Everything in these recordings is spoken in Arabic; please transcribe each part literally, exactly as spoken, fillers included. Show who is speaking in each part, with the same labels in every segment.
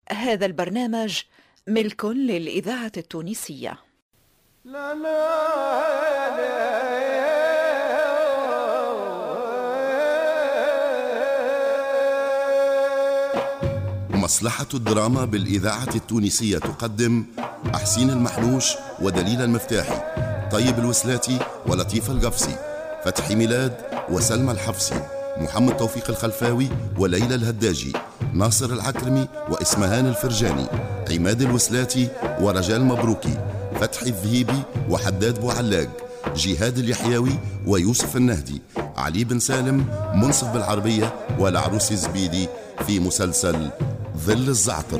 Speaker 1: هذا البرنامج ملك للإذاعة التونسية. لا لا لا
Speaker 2: مصلحة الدراما بالإذاعة التونسية تقدم أحسين المحلوش ودليل المفتاحي، طيب الوسلاتي ولطيف القفصي، فتحي ميلاد وسلمى الحفصي، محمد توفيق الخلفاوي وليلى الهداجي، ناصر العكرمي وإسمهان الفرجاني، عماد الوسلاتي ورجال مبروكي، فتحي الذهيبي وحداد بوعلاق، جهاد اليحيوي ويوسف النهدي، علي بن سالم، منصف بالعربية والعروس الزبيدي في مسلسل ظل الزعتر.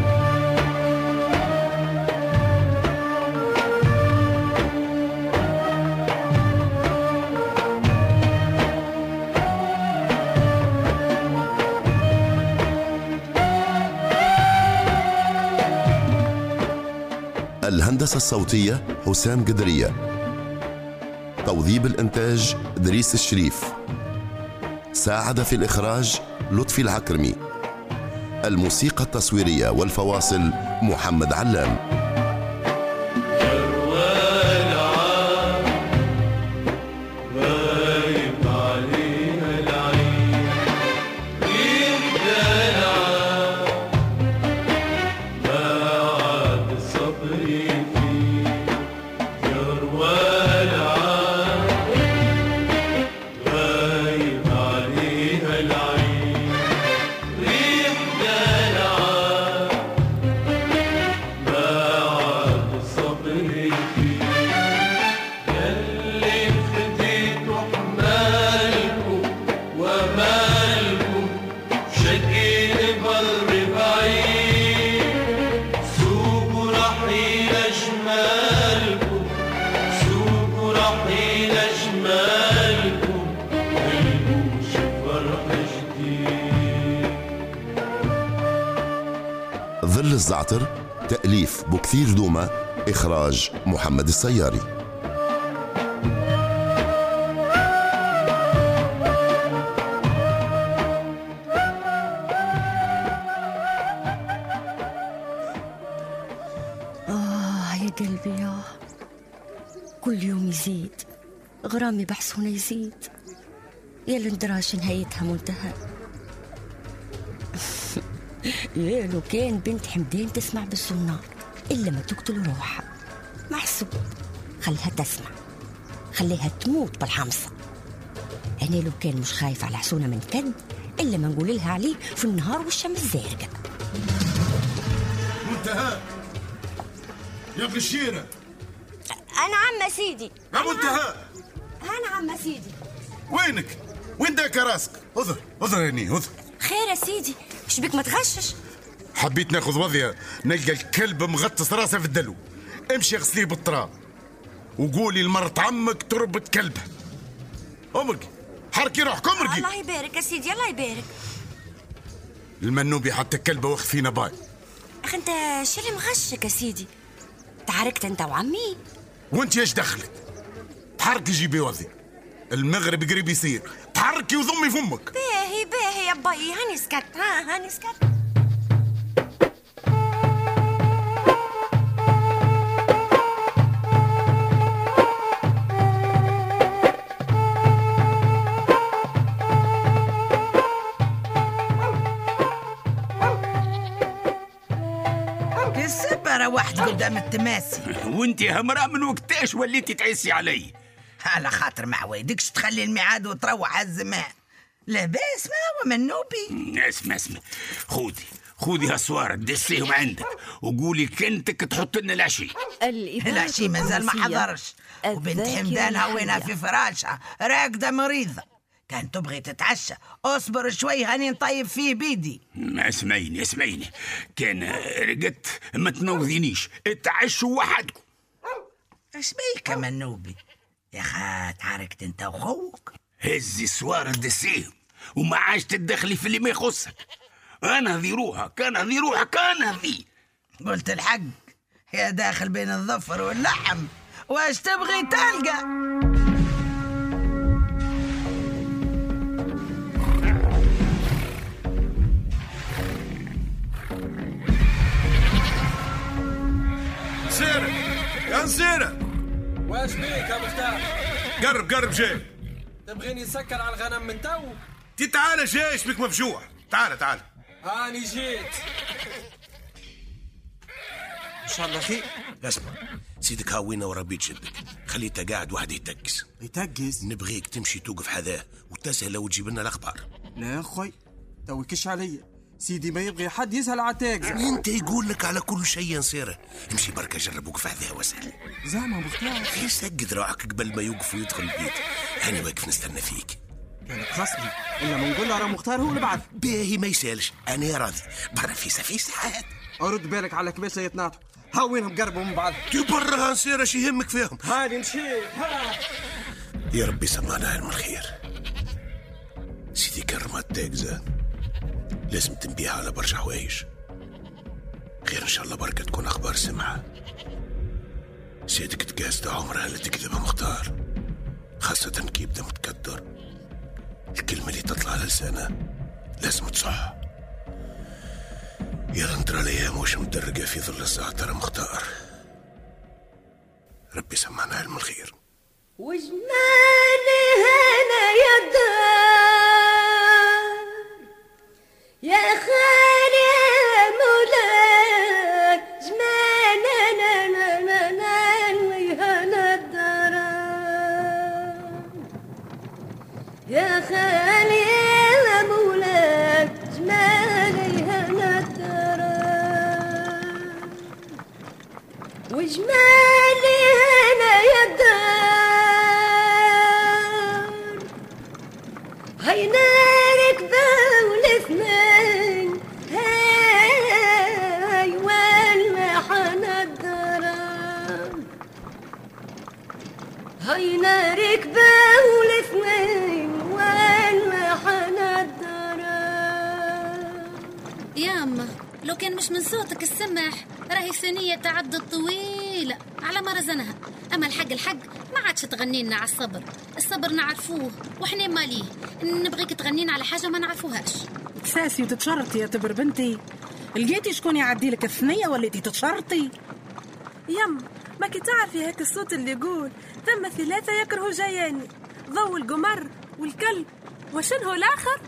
Speaker 2: الهندسة الصوتية حسام قدرية، توظيب الإنتاج دريس الشريف، ساعد في الإخراج لطفي العكرمي، الموسيقى التصويرية والفواصل محمد علام. ظل الزعتر، تأليف بكثير دومة، إخراج محمد السياري.
Speaker 3: آه يا قلبي يا كل يوم يزيد غرامي بحسونه يزيد، يا الاندراج نهايتها منتهى. يا لو كان بنت حمدان تسمع بالسنار إلا ما تقتل روحها، محسوب خليها تسمع، خليها تموت بالحمصة. أنا لو كان مش خايف على حسونة من كد إلا ما نقول لها عليه في النهار والشمس زارقة.
Speaker 4: منتهى يا بشيرة.
Speaker 3: أنا عم سيدي.
Speaker 4: يا منتهى.
Speaker 3: أنا عم سيدي.
Speaker 4: وينك؟ وين داك راسك؟ اظهر اظهر هني اظهر.
Speaker 3: خير يا سيدي، ايش بك ما تغشش؟
Speaker 4: حبيت ناخذ وضعي، نلقى الكلب مغطس راسه في الدلو. امشي اغسليه بالتراب وقولي لمرت عمك تربط كلبه. امرقي حركي روحك امرقي.
Speaker 3: الله يبارك يا سيدي الله يبارك.
Speaker 4: المنوبي حتى كلبه واخذ فينا باي.
Speaker 3: اخي انت شو اللي مغشك يا سيدي؟ تعاركت انت وعمي؟
Speaker 4: وانت ايش دخلك؟ تحركي جيبي وضعي، المغرب قريب يصير، تحركي وضمي فمك.
Speaker 3: باهي باهي يا باي، هاني سكت. ها هاني سكت.
Speaker 5: كسبرة واحد قدام التماسي.
Speaker 6: وانتي همرأة من وقتاش وليتي تعيسي علي؟
Speaker 5: على خاطر ما عوايدكش تخلي الميعاد وتروح على الزمان. لاباس ما هو منوبي.
Speaker 6: اسمع اسمع، خودي خودي هالصوار دسيهم عندك وقولي كنتك تحط لنا العشي.
Speaker 5: العشي مازال ما حضرش، وبنت حمدان هوينها في فراشها راقدة مريضة، كان تبغي تتعشى. اصبر شوي هاني نطيب فيه بيدي.
Speaker 6: اسمعيني اسمعيني، كان رقدت ما تنوضينيش، اتعشوا وحدكم.
Speaker 5: اش بيك منوبي يا خا؟ تعاركت انت وخوك.
Speaker 6: هزي السوار دسيهم وما عادش تدخلي في اللي ما يخصك. انا ذي روحك انا ذي روحك انا ذي.
Speaker 5: قلت الحق يا داخل بين الظفر واللحم، واش تبغي تلقى؟
Speaker 4: نسيرة يا نسيرة،
Speaker 7: واش بيك يا مفتاح؟
Speaker 4: قرب قرب جاي.
Speaker 7: تبغيني نسكر على الغنم من تو؟
Speaker 4: تي تعال جاي، ايش بك مفجوع؟ تعال تعال.
Speaker 7: هاني جيت.
Speaker 8: ان شاء الله خير.
Speaker 6: اسمع سيدك هاوينا ورا بيت جدك، خليته قاعد واحد يتقز
Speaker 8: يتقز.
Speaker 6: نبغيك تمشي توقف حذاه وتسهل وتجيب لنا الاخبار.
Speaker 8: لا يا اخوي توي كش عليا، سيدي ما يبغي حد يسهل على تاقزة.
Speaker 6: انت يقول لك على كل شيء يا نصيره، امشي بركه جرب وقف حذاه واسهل.
Speaker 8: زعما مختار
Speaker 6: في سقد راعك قبل ما يوقف ويدخل البيت، انا واقف نستنى فيك.
Speaker 8: يعني خصني الا ما نقول له راه مختار هو اللي بعد.
Speaker 6: باهي ما يسالش، انا راضي. برا فيسا فيسا عاد.
Speaker 8: ارد بالك على كباسه يتناطوا، ها وينهم قربوا من بعض.
Speaker 6: تي برا نصيره شي يهمك فيهم.
Speaker 8: هاني مشيت. ها
Speaker 6: يا ربي سمعنا علم الخير. سيدي كرمات تاقزة لازم تنبيها على برشا حوايج، خير ان شاء الله بركة تكون اخبار سمعة. سيدك تقاسد عمرها اللي تكذبها مختار، خاصة كي يبدا متكدر. الكلمة اللي تطلع على لسانه لازم تصح. يلا نترى الايام واش مدرقة في ظل الساعة ترى مختار. ربي سمعنا علم الخير.
Speaker 9: وجمالي هنا يا الدار يا خالي يا مولاي، جمال انا انا نانوي هنا الدار يا خالي يا مولاي، جمالي هنا الدار وجمالي هنا يا الدار، هاي نارك باول اثنين، هاي ولا حنا الدرام، هاي نارك باول اثنين ولا حنا الدرام.
Speaker 10: يا أما لو كان مش من صوتك السمح راهي ثانية تعدد طويلة على ما رزنها، أما الحق الحق ما عادش تغنينا على الصبر. الصبر نعرفوه وإحنا ماليه، نبغيك تغنينا على حاجة ما نعرفوهاش.
Speaker 11: تساسي وتتشرطي يا تبر بنتي، لقيتي شكون يعدي لك الثنية وليتي تتشرطي؟
Speaker 12: يم ما كي تعرفي هيك الصوت اللي يقول ثم ثلاثة يكرهوا جياني، ضوء القمر والكلب وشنه الآخر؟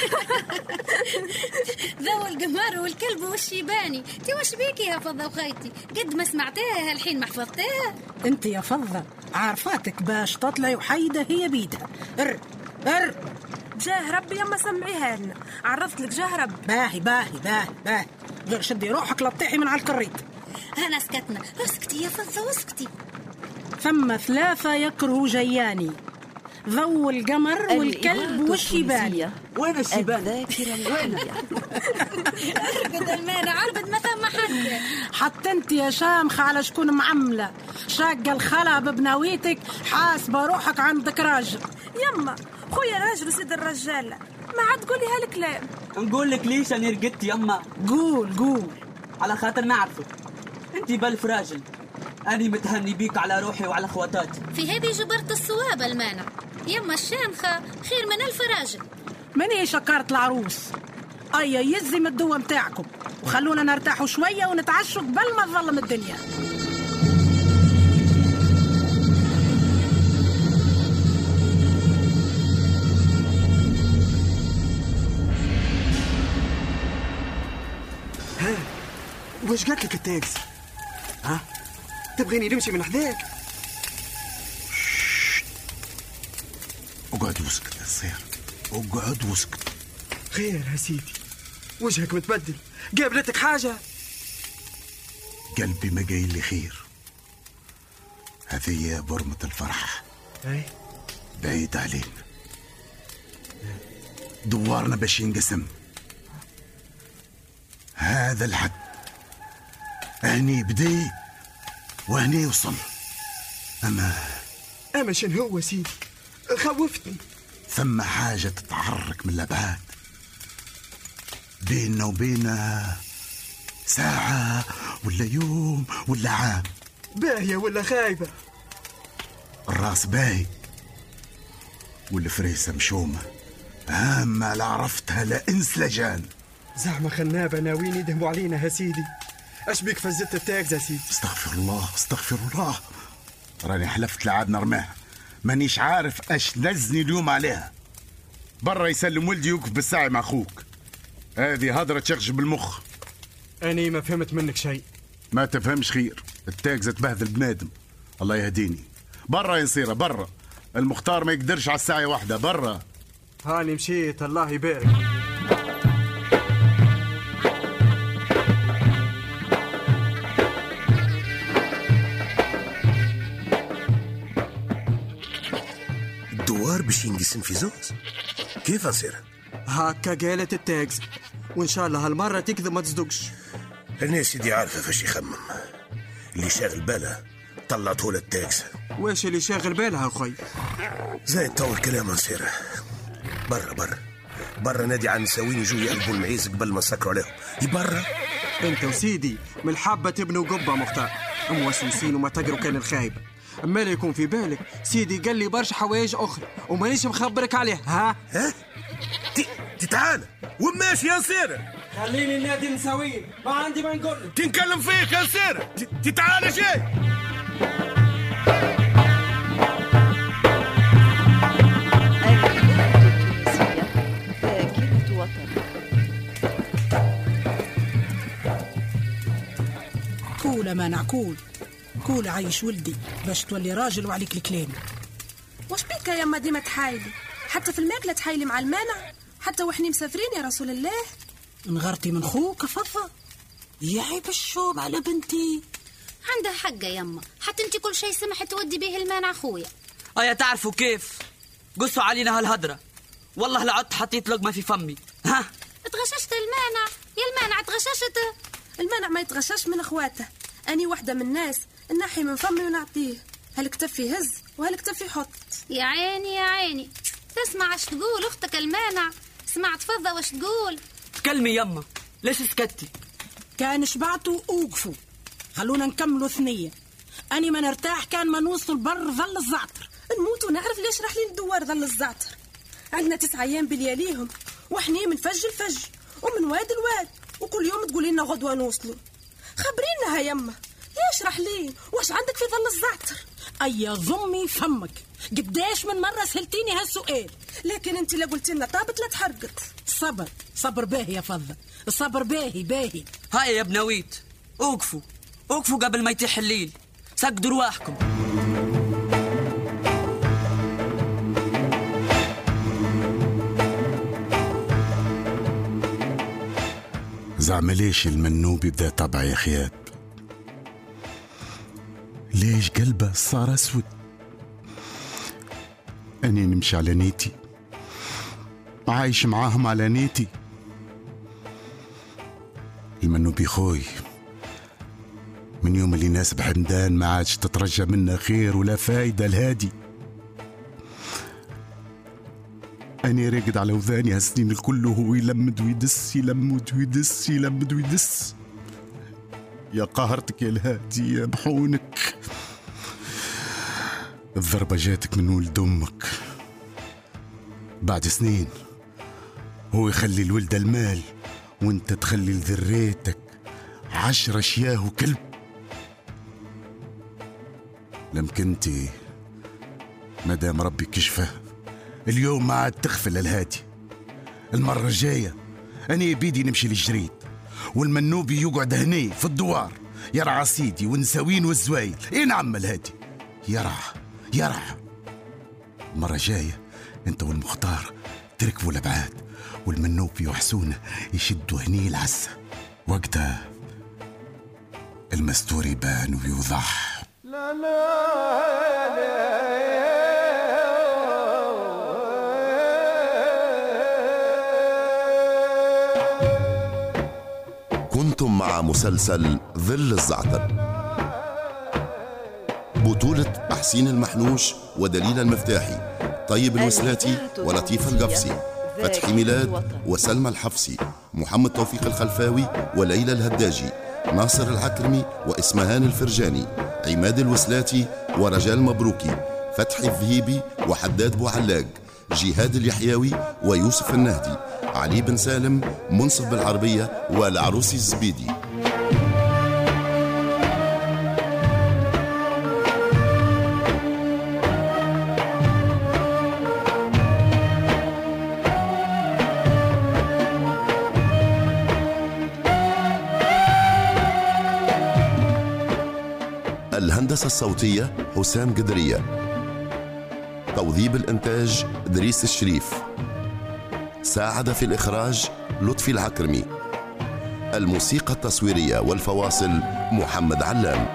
Speaker 10: ضوء القمر والكلب والشيباني. تي واش بيكي يا فضة وخيتي؟ قد ما سمعتها الحين ما حفظتها.
Speaker 11: انت يا فضة عارفاتك باش تطلعي وحيدة هي بيدها. ار ار
Speaker 12: جاه ربي يما سمعيها لنا، عرفت لك جاه ربي.
Speaker 11: باهي باهي باهي باهي، غير شدي روحك لطيحي من على الكريت.
Speaker 10: انا سكتنا. اسكتي يا فضة واسكتي.
Speaker 11: ثم ثلاثة يكرهوا جياني، ضوء القمر والكلب والشيباني.
Speaker 8: وين الشيباني؟
Speaker 10: وين؟ ارقد المانع عربد ما ثم حد.
Speaker 11: حتى انت يا شامخة على شكون معملة، شاقة الخلا ببناويتك، حاسبة روحك عندك راجل.
Speaker 12: يما خويا راجل وسيد الرجالة، ما عاد تقولي هالكلام.
Speaker 13: نقول لك ليش أنا رقدت يما؟
Speaker 11: قول قول.
Speaker 13: على خاطر نعرفك انت بلف راجل، أنا متهني بيك على روحي وعلى خواتاتي.
Speaker 10: في هذه جبرت الصواب المانع. يما الشامخة خير من ألف راجل.
Speaker 11: من هي شكارة العروس؟ أيا يزم الدوة متاعكم وخلونا نرتاحوا شوية ونتعشوا قبل ما تظلم الدنيا.
Speaker 8: ها واش قالت لك التاكسي؟ ها تبغيني نمشي من حذاك؟
Speaker 4: اقعد واسكت يا صير، اقعد واسكت.
Speaker 8: خير يا سيدي، وجهك متبدل، قابلتك حاجة؟
Speaker 4: قلبي ما قايل لي خير، هذه برمة الفرح.
Speaker 8: اي
Speaker 4: بعيد علينا، دوارنا باش ينقسم. هذا الحد هني بدي وهني وصل. اما
Speaker 8: اما شنو هو سيدي؟ خوفتني.
Speaker 4: ثم حاجة تتحرك من الأبعاد، بيننا وبينها ساعة ولا يوم ولا عام.
Speaker 8: باهية ولا خايبة؟
Speaker 4: الراس باهي والفريسة مشومة، هامة لا عرفتها لا انس لا جان.
Speaker 8: زعما خنابة ناويين يدهموا علينا يا سيدي، اش بيك فزت التاكز يا سيدي؟
Speaker 4: استغفر الله استغفر الله، راني حلفت لعاد نرماها، مانيش عارف اش نزني اليوم عليها. برا يسلم ولدي يوقف بالساعي مع اخوك، هذه هضرة تشغش بالمخ.
Speaker 8: اني ما فهمت منك شيء.
Speaker 4: ما تفهمش خير، التاكزة تبهذل بنادم، الله يهديني. برا ينصيره برا، المختار ما يقدرش على الساعة واحدة. برا
Speaker 8: هاني مشيت، الله يبارك.
Speaker 6: الدوار باش ينقسم في زوز، كيف نصير؟
Speaker 8: هكا قالت التاكز، وان شاء الله هالمرة تكذب ما تصدقش.
Speaker 6: الناس سيدي عارفة فاش يخمم، اللي شاغل بالها طلعته للتاكس.
Speaker 8: واش اللي شاغل بالها اخوي؟
Speaker 6: زايد تو الكلام نصير. برا برا برا نادي عن نساوين يجوا يقلبوا المعيز قبل ما نسكروا عليهم. برا
Speaker 8: انت وسيدي من الحبة تبنوا قبة مختار، موسوسين وما تقروا كان الخايبة. اما اللي يكون في بالك سيدي قال لي برشا حوايج اخرى ومانيش مخبرك عليه. ها
Speaker 6: ها تعال وماشي يا نصير.
Speaker 7: خليني نادي نساوين، ما عندي ما نقول.
Speaker 6: تنكلم فيك يا نصير، تعال شيء.
Speaker 11: كول ما نعكول، كول عايش ولدي باش تولي راجل وعليك الكلام.
Speaker 12: واش بيك يا اما ديما تحايلي؟ حتى في الماكله تحايلي مع المانع، حتى وحني مسافرين يا رسول الله.
Speaker 11: انغرتي من خوك فضة، يا عيب الشوم على بنتي.
Speaker 10: عندها حقه يما، حتى انت كل شيء سمح تودي به المانع خويا.
Speaker 13: ايا تعرفوا كيف قصوا علينا هالهدرة، والله لعدت حطيت لقمة في فمي. ها
Speaker 10: تغششت المانع يا المانع، تغششته.
Speaker 12: المانع ما يتغشش من اخواته، اني واحده من الناس نحي من فمي ونعطيه، هالكتف يهز وهالكتف يحط.
Speaker 10: يا عيني يا عيني، تسمع اش تقول اختك المانع؟ سمعت فضة واش تقول؟
Speaker 13: تكلمي يما، ليش سكتي؟
Speaker 11: كان شبعتوا اوقفوا، خلونا نكملوا ثنية. أني ما نرتاح كان ما نوصل بر ظل الزعتر.
Speaker 12: نموت ونعرف ليش راح لي ندور ظل الزعتر. عندنا تسعة أيام بلياليهم، وحني من فج الفج ومن واد الواد، وكل يوم تقولي لنا غدوة نوصلوا. خبرينا ها يما، ليش راح لي؟ واش عندك في ظل الزعتر؟
Speaker 11: أي ضمي فمك، قداش من مرة سهلتيني هالسؤال،
Speaker 12: لكن انت لا قلت لنا طابت لا تحرقت.
Speaker 11: صبر صبر باهي يا فضة، الصبر باهي باهي.
Speaker 13: هاي يا بنويت، اوقفوا اوقفوا قبل ما يتيح الليل، سقدوا رواحكم.
Speaker 4: زعما ليش المنوبي بدا طبع يا خياب؟ ليش قلبه صار اسود؟ اني نمشي على نيتي، عايش معاهم على نيتي. المنوبي خوي، من يوم اللي ناس بحمدان ما عادش تترجى منا خير ولا فايدة الهادي. أني راقد على وذاني هالسنين الكل وهو يلمد ويدس يلمد ويدس يلمد ويدس. يا قهرتك يا الهادي يا محونك، الضربة جاتك من ولد أمك. بعد سنين هو يخلي الولد المال وانت تخلي لذريتك عشرة شياه وكلب. لم كنتي مدام ربي كشفه اليوم ما عاد تغفل الهادي. المرة الجاية أنا بيدي نمشي للجريد، والمنوبي يقعد هني في الدوار يرعى سيدي والنساوين والزوايل. إيه نعم الهادي، يرعى يرعى. المرة الجاية أنت والمختار تركبوا الأبعاد، والمنوبي وحسونة يشدوا هني العسة. وقتها المستور يبان ويوضح. لا لا لا
Speaker 2: كنتم مع مسلسل ظل الزعتر، بطولة حسين المحنوش ودليل المفتاحي، طيب الوسلاتي ولطيف القفصي، فتحي ميلاد وسلمى الحفصي، محمد توفيق الخلفاوي وليلى الهداجي، ناصر العكرمي وإسمهان الفرجاني، عماد الوسلاتي ورجال مبروكي، فتحي الذهيبي وحداد بوعلاق، جهاد اليحيوي ويوسف النهدي، علي بن سالم، منصف بالعربية والعروسي الزبيدي. الهندسة الصوتية حسام قدرية. توظيب الإنتاج دريس الشريف. ساعد في الإخراج لطفي العكرمي. الموسيقى التصويرية والفواصل محمد علام.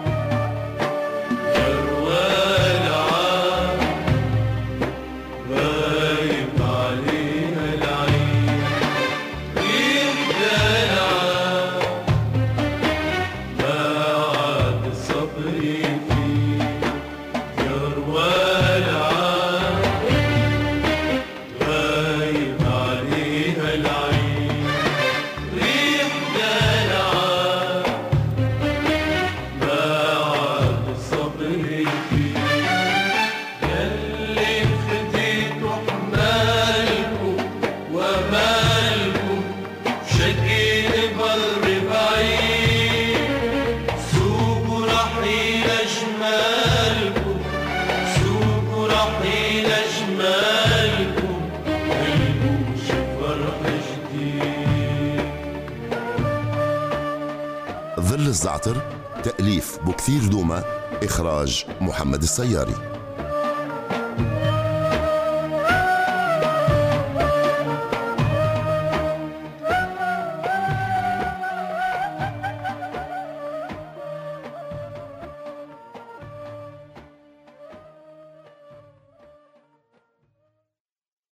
Speaker 2: ظل الزعتر، تأليف بكثير دومة، إخراج محمد السياري.